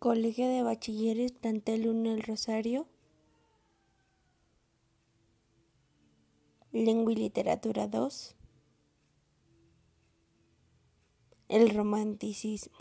Colegio de Bachilleres Plantel 1 El Rosario. Lengua y Literatura 2. El romanticismo.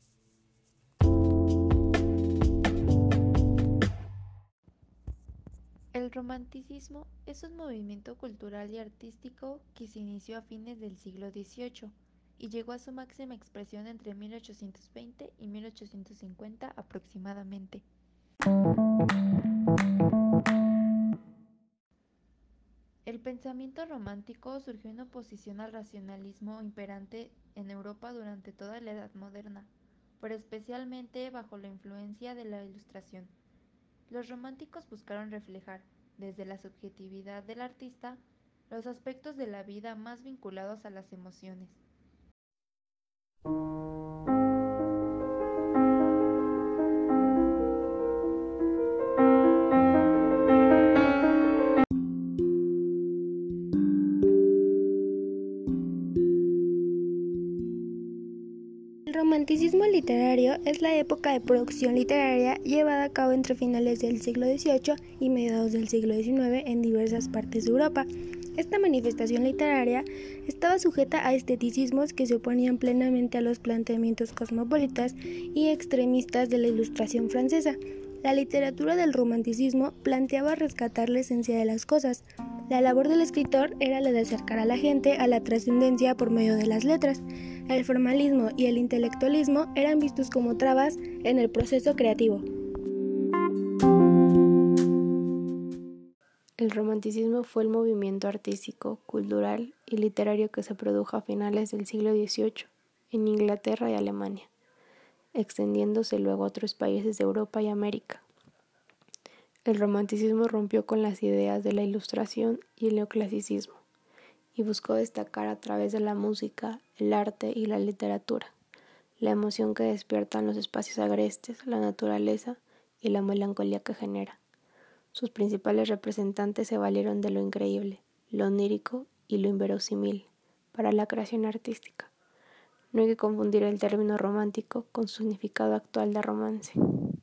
El romanticismo es un movimiento cultural y artístico que se inició a fines del siglo XVIII y llegó a su máxima expresión entre 1820 y 1850 aproximadamente. El pensamiento romántico surgió en oposición al racionalismo imperante en Europa durante toda la Edad Moderna, pero especialmente bajo la influencia de la Ilustración. Los románticos buscaron reflejar, desde la subjetividad del artista, los aspectos de la vida más vinculados a las emociones. El romanticismo literario es la época de producción literaria llevada a cabo entre finales del siglo XVIII y mediados del siglo XIX en diversas partes de Europa. Esta manifestación literaria estaba sujeta a esteticismos que se oponían plenamente a los planteamientos cosmopolitas y extremistas de la Ilustración francesa. La literatura del romanticismo planteaba rescatar la esencia de las cosas. La labor del escritor era la de acercar a la gente a la trascendencia por medio de las letras. El formalismo y el intelectualismo eran vistos como trabas en el proceso creativo. El romanticismo fue el movimiento artístico, cultural y literario que se produjo a finales del siglo XVIII en Inglaterra y Alemania, extendiéndose luego a otros países de Europa y América. El romanticismo rompió con las ideas de la Ilustración y el neoclasicismo, y buscó destacar a través de la música, el arte y la literatura, la emoción que despiertan los espacios agrestes, la naturaleza y la melancolía que genera. Sus principales representantes se valieron de lo increíble, lo onírico y lo inverosímil para la creación artística. No hay que confundir el término romántico con su significado actual de romance.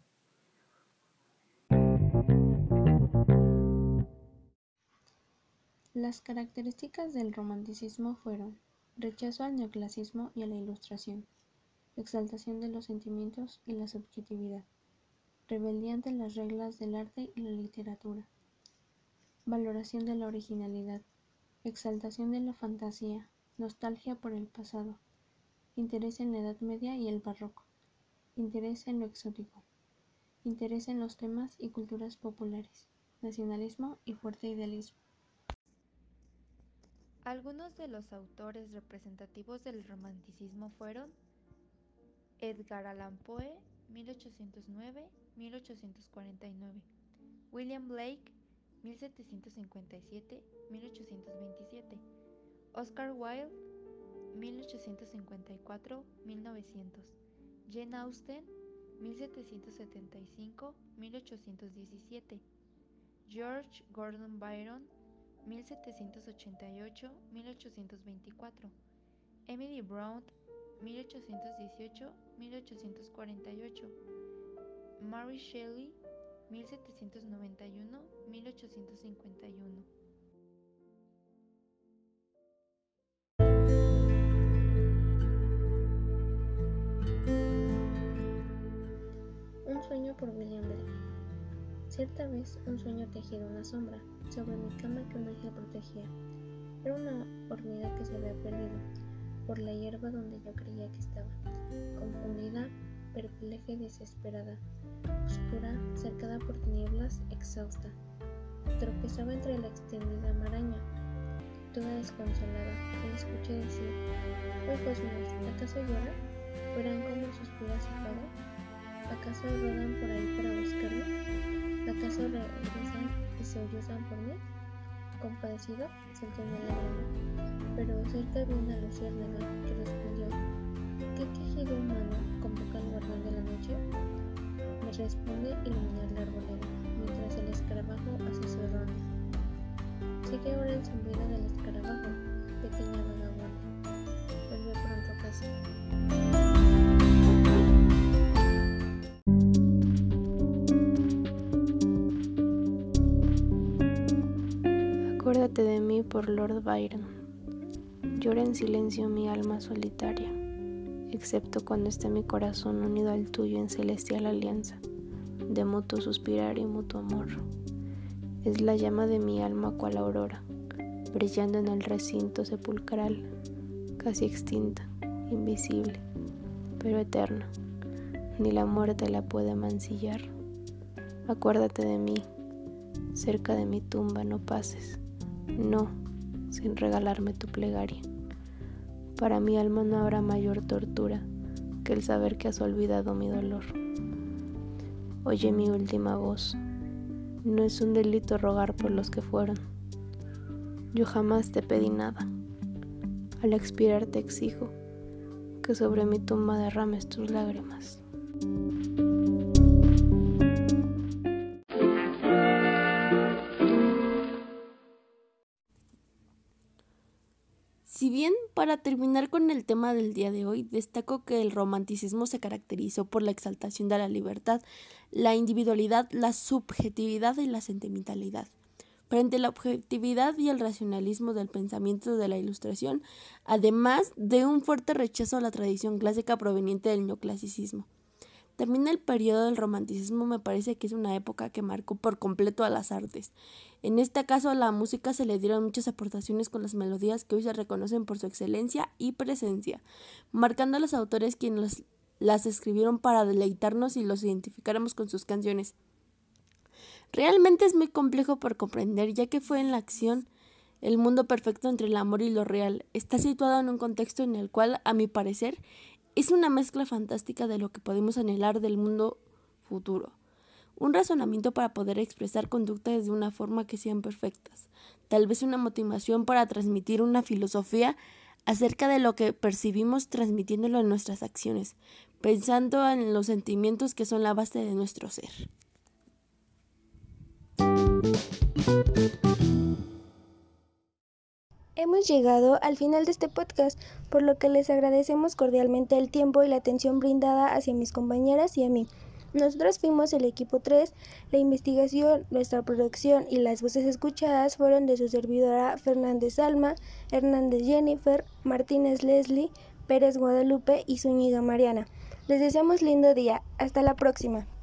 Las características del romanticismo fueron rechazo al neoclasismo y a la Ilustración, exaltación de los sentimientos y la subjetividad, rebeldía ante las reglas del arte y la literatura, valoración de la originalidad, exaltación de la fantasía, nostalgia por el pasado, interés en la Edad Media y el Barroco, interés en lo exótico, interés en los temas y culturas populares, nacionalismo y fuerte idealismo. Algunos de los autores representativos del romanticismo fueron Edgar Allan Poe, 1809-1849, William Blake, 1757-1827, Oscar Wilde, 1854-1900, Jane Austen, 1775-1817, George Gordon Byron, 1788-1824, Emily Brontë, 1818-1848, Mary Shelley, 1791-1851. Un sueño por William Blake. Cierta vez un sueño tejido una sombra sobre mi cama que un ángel protegía. Era una hormiga que se había perdido por la hierba donde yo creía que estaba, confundida, perpleja y desesperada, oscura, cercada por tinieblas, exhausta. Tropezaba entre la extendida maraña, toda desconsolada, y la escuché decir: ojos míos, ¿acaso lloran? ¿Verán cómo suspiras y pago? ¿Acaso rodan por ahí para buscarme? ¿Acaso regresan y se sollozan por mí? Compadecido, solté una lágrima, pero cerca vi una luciérnaga que respondió: ¿qué quejido humano convoca al guardián de la noche? Me responde iluminar la arboleda, mientras el escarabajo hace su ronda. Sigue ahora el zumbido del escarabajo, pequeña vagabunda. Vuelve pronto a casa. Lord Byron. Llora en silencio mi alma solitaria, excepto cuando está mi corazón unido al tuyo en celestial alianza, de mutuo suspirar y mutuo amor. Es la llama de mi alma cual aurora, brillando en el recinto sepulcral, casi extinta, invisible, pero eterna. Ni la muerte la puede mancillar. Acuérdate de mí, cerca de mi tumba no pases, no, sin regalarme tu plegaria. Para mi alma no habrá mayor tortura que el saber que has olvidado mi dolor. Oye mi última voz, no es un delito rogar por los que fueron. Yo jamás te pedí nada. Al expirar te exijo que sobre mi tumba derrames tus lágrimas. Si bien, para terminar con el tema del día de hoy, destaco que el romanticismo se caracterizó por la exaltación de la libertad, la individualidad, la subjetividad y la sentimentalidad. Frente a la objetividad y el racionalismo del pensamiento de la Ilustración, además de un fuerte rechazo a la tradición clásica proveniente del neoclasicismo. También el periodo del romanticismo me parece que es una época que marcó por completo a las artes. En este caso, a la música se le dieron muchas aportaciones con las melodías que hoy se reconocen por su excelencia y presencia, marcando a los autores quienes las escribieron para deleitarnos y los identificáramos con sus canciones. Realmente es muy complejo por comprender, ya que fue en la acción el mundo perfecto entre el amor y lo real. Está situado en un contexto en el cual, a mi parecer, es una mezcla fantástica de lo que podemos anhelar del mundo futuro. Un razonamiento para poder expresar conductas de una forma que sean perfectas. Tal vez una motivación para transmitir una filosofía acerca de lo que percibimos transmitiéndolo en nuestras acciones, pensando en los sentimientos que son la base de nuestro ser. Hemos llegado al final de este podcast, por lo que les agradecemos cordialmente el tiempo y la atención brindada hacia mis compañeras y a mí. Nosotros fuimos el equipo 3, la investigación, nuestra producción y las voces escuchadas fueron de su servidora Fernández Alma, Hernández Jennifer, Martínez Leslie, Pérez Guadalupe y Zúñiga Mariana. Les deseamos lindo día. Hasta la próxima.